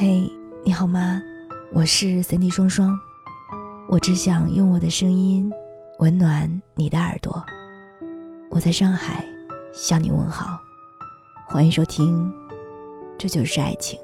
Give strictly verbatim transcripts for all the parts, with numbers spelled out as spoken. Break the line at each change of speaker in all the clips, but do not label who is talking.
嘿，你好吗？我是 Cindy 双双，我只想用我的声音温暖你的耳朵。我在上海向你问好，欢迎收听这就是爱情。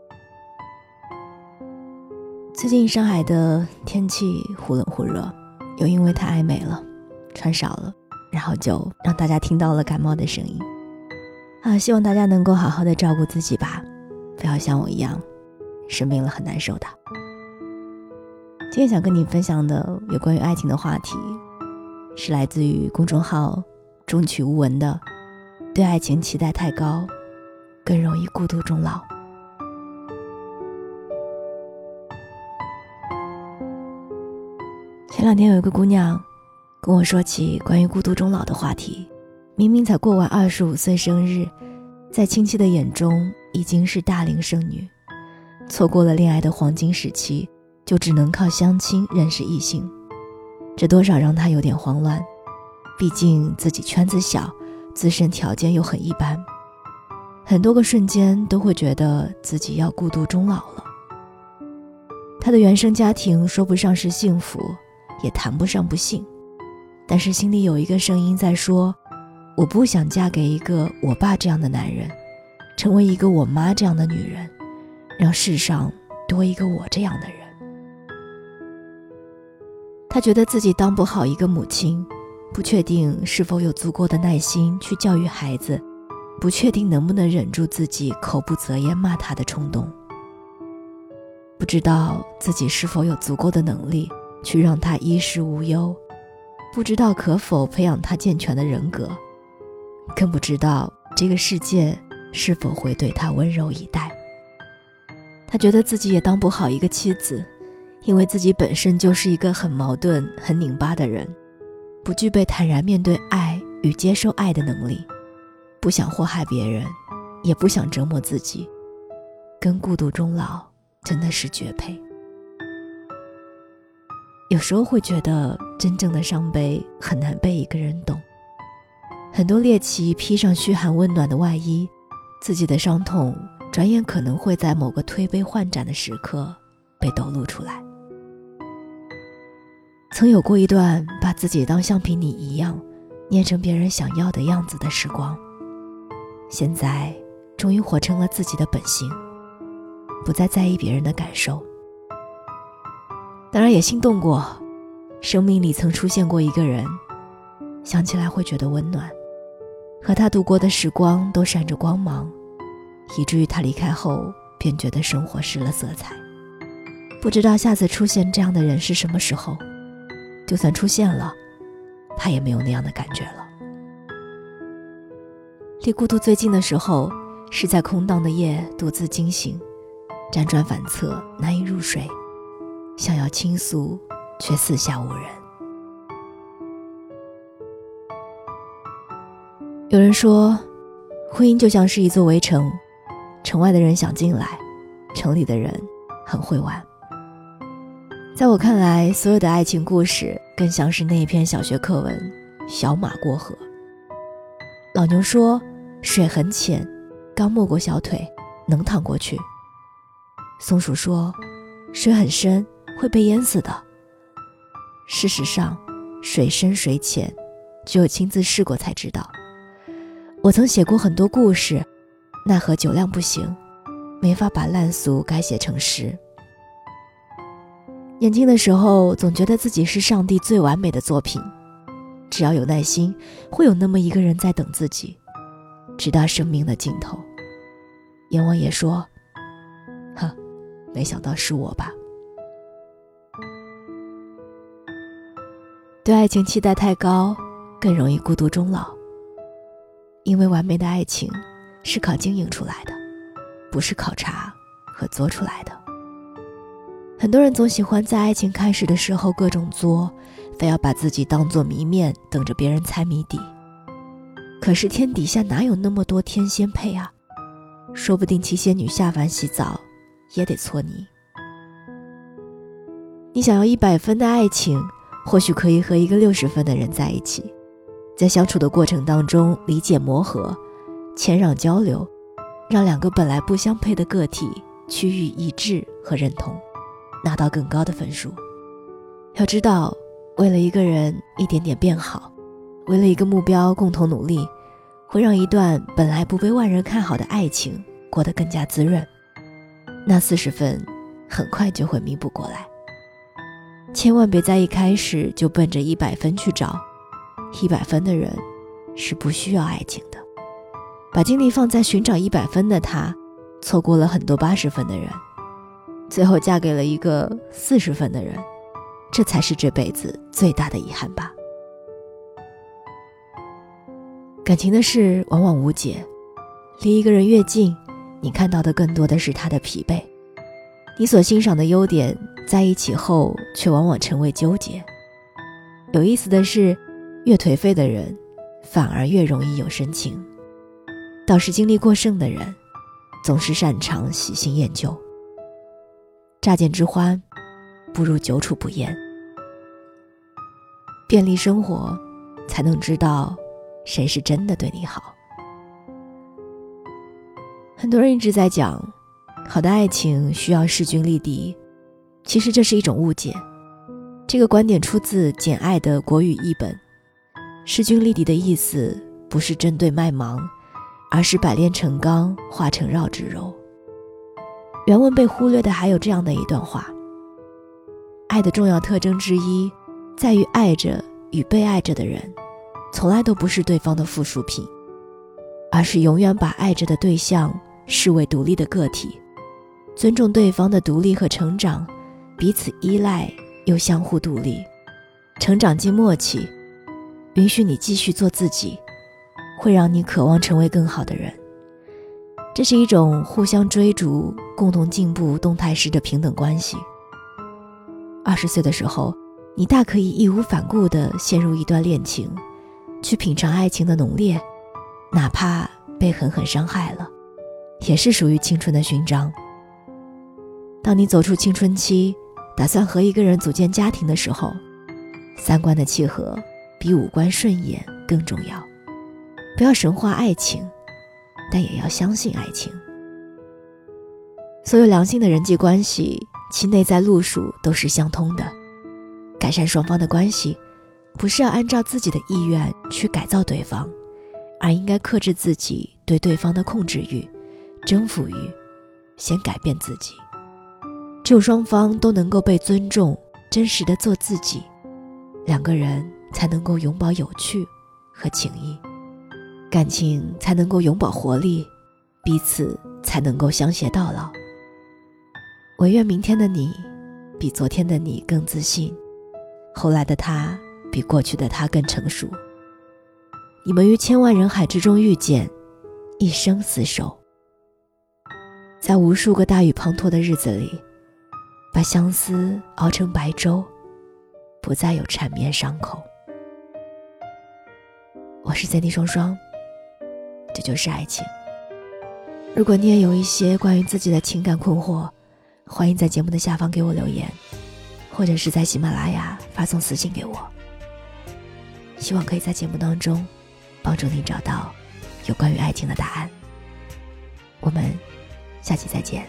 最近上海的天气忽冷忽热，又因为太爱美了，穿少了，然后就让大家听到了感冒的声音啊，希望大家能够好好的照顾自己吧，不要像我一样生病了很难受的。今天想跟你分享的有关于爱情的话题，是来自于公众号中曲无闻的对爱情期待太高，更容易孤独终老。前两天有一个姑娘跟我说起关于孤独终老的话题，明明才过完二十五岁生日，在亲戚的眼中已经是大龄剩女，错过了恋爱的黄金时期，就只能靠相亲认识异性，这多少让她有点慌乱，毕竟自己圈子小，自身条件又很一般，很多个瞬间都会觉得自己要孤独终老了。她的原生家庭说不上是幸福，也谈不上不幸，但是心里有一个声音在说，我不想嫁给一个我爸这样的男人，成为一个我妈这样的女人，让世上多一个我这样的人。她觉得自己当不好一个母亲，不确定是否有足够的耐心去教育孩子，不确定能不能忍住自己口不择言骂他的冲动，不知道自己是否有足够的能力去让他衣食无忧，不知道可否培养他健全的人格，更不知道这个世界是否会对他温柔以待。他觉得自己也当不好一个妻子，因为自己本身就是一个很矛盾很拧巴的人，不具备坦然面对爱与接受爱的能力，不想祸害别人，也不想折磨自己，跟孤独终老真的是绝配。有时候会觉得真正的伤悲很难被一个人懂，很多猎奇披上嘘寒问暖的外衣，自己的伤痛转眼可能会在某个推杯换盏的时刻被抖露出来。曾有过一段把自己当橡皮泥一样捏成别人想要的样子的时光，现在终于活成了自己的本性，不再在意别人的感受。当然也心动过，生命里曾出现过一个人，想起来会觉得温暖，和他度过的时光都闪着光芒，以至于他离开后便觉得生活失了色彩。不知道下次出现这样的人是什么时候，就算出现了，他也没有那样的感觉了。离孤独最近的时候，是在空荡的夜独自惊醒，辗转反侧难以入睡，想要倾诉却四下无人。有人说，婚姻就像是一座围城，城外的人想进来，城里的人很会玩。在我看来，所有的爱情故事更像是那一篇小学课文，小马过河。老牛说，水很浅，刚没过小腿，能淌过去。松鼠说，水很深，会被淹死的。事实上，水深水浅，只有亲自试过才知道。我曾写过很多故事，奈何酒量不行，没法把烂俗改写成诗。年轻的时候总觉得自己是上帝最完美的作品，只要有耐心，会有那么一个人在等自己，直到生命的尽头。阎王爷说，呵，没想到是我吧。对爱情期待太高，更容易孤独终老。因为完美的爱情是靠经营出来的，不是考察和作出来的。很多人总喜欢在爱情开始的时候各种作，非要把自己当作谜面，等着别人猜谜底。可是天底下哪有那么多天仙配啊？说不定七仙女下凡洗澡也得搓泥。你想要一百分的爱情，或许可以和一个六十分的人在一起，在相处的过程当中理解磨合，谦让交流，让两个本来不相配的个体趋于一致和认同，拿到更高的分数。要知道，为了一个人一点点变好，为了一个目标共同努力，会让一段本来不被万人看好的爱情过得更加滋润。那四十分很快就会弥补过来。千万别在一开始就奔着一百分去找，一百分的人是不需要爱情的。把精力放在寻找一百分的他，错过了很多八十分的人，最后嫁给了一个四十分的人，这才是这辈子最大的遗憾吧。感情的事往往无解，离一个人越近，你看到的更多的是他的疲惫。你所欣赏的优点，在一起后却往往成为纠结。有意思的是，越颓废的人反而越容易有深情，倒是经历过剩的人总是擅长喜新厌旧。乍见之欢不如久处不厌。便利生活，才能知道谁是真的对你好。很多人一直在讲，好的爱情需要势均力敌，其实这是一种误解。这个观点出自简爱的国语译本。势均力敌的意思不是针对麦芒，而是百炼成钢，化成绕指柔。原文被忽略的还有这样的一段话：爱的重要特征之一，在于爱着与被爱着的人从来都不是对方的附属品，而是永远把爱着的对象视为独立的个体，尊重对方的独立和成长，彼此依赖又相互独立。成长即默契，允许你继续做自己，会让你渴望成为更好的人。这是一种互相追逐、共同进步动态式的平等关系。二十岁的时候，你大可以义无反顾地陷入一段恋情，去品尝爱情的浓烈，哪怕被狠狠伤害了，也是属于青春的勋章。当你走出青春期，打算和一个人组建家庭的时候，三观的契合比五官顺眼更重要。不要神化爱情，但也要相信爱情。所有良性的人际关系，其内在路数都是相通的。改善双方的关系，不是要按照自己的意愿去改造对方，而应该克制自己对对方的控制欲、征服欲，先改变自己。只有双方都能够被尊重，真实的做自己，两个人才能够永葆有趣和情谊，感情才能够永葆活力，彼此才能够相携到老。我愿明天的你比昨天的你更自信，后来的他比过去的他更成熟。你们于千万人海之中遇见，一生厮守。在无数个大雨滂沱的日子里，把相思熬成白粥，不再有缠绵伤口。我是 Sandy 双双，这就是爱情。如果你也有一些关于自己的情感困惑，欢迎在节目的下方给我留言，或者是在喜马拉雅发送私信给我。希望可以在节目当中帮助你找到有关于爱情的答案。我们下期再见。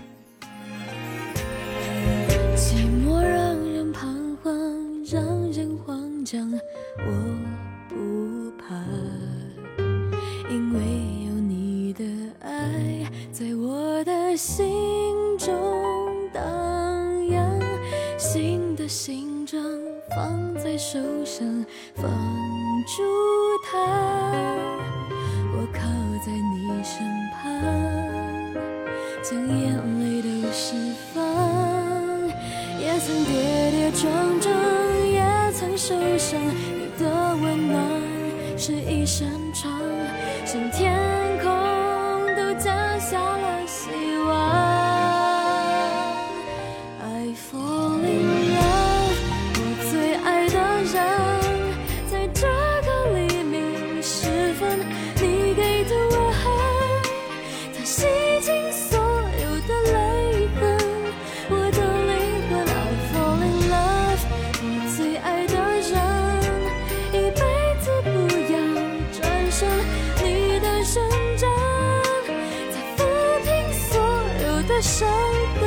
寂寞让人彷徨，让人慌张，我不怕，因为有你的爱在我的心中荡漾，新的形状放在手上，放住它，我靠在你身旁，将眼泪都释放，也曾跌跌撞撞，也曾受伤，你的温暖是一扇窗，像天空都降下了希望。I fall in love， 我最爱的人，在这个黎明时分，你给的我爱，它洗净所有的泪痕，我的灵魂。I fall in love， 我最爱的人，一辈子不要转身，你的生长才抚平所有的伤疤。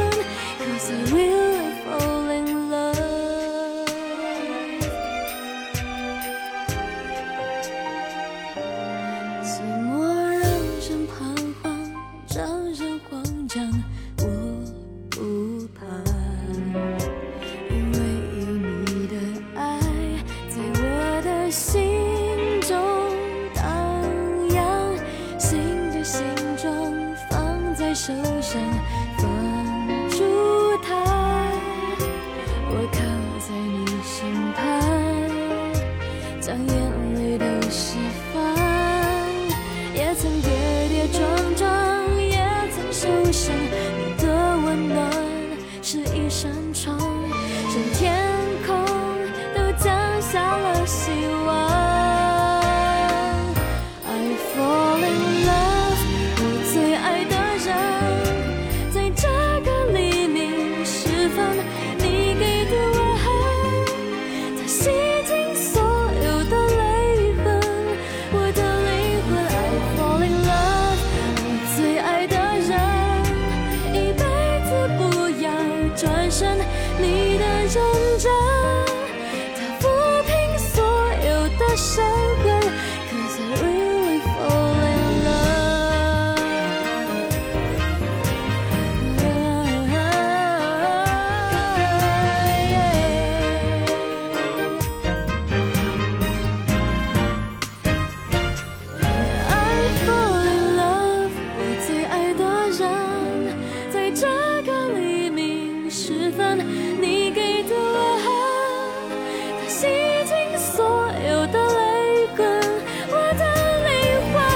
手上放住它，我靠在你身旁，将眼泪都释放，也曾跌跌撞撞，也曾受伤，你的温暖是一扇窗，整天空都降下了希望。I fall in love， 我最爱的人，在这个黎明时分，你给的问候，它吸进所有的泪痕，我的灵魂。I fall in love， 我最爱的人，一辈子不要转身，你的认真，它抚平所有的伤痕。Cause I really fall in love， I fall in love， 我最爱的人，在这个黎明时分，你给的问候，它吸进所有的泪痕，我的灵魂。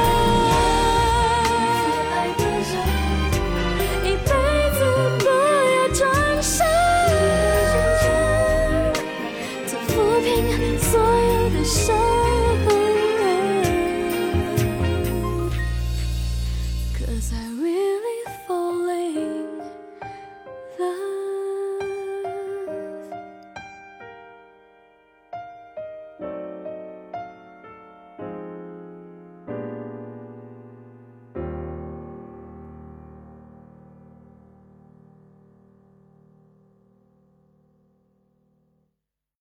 最爱的人，一辈子不要转身，它抚平所有的伤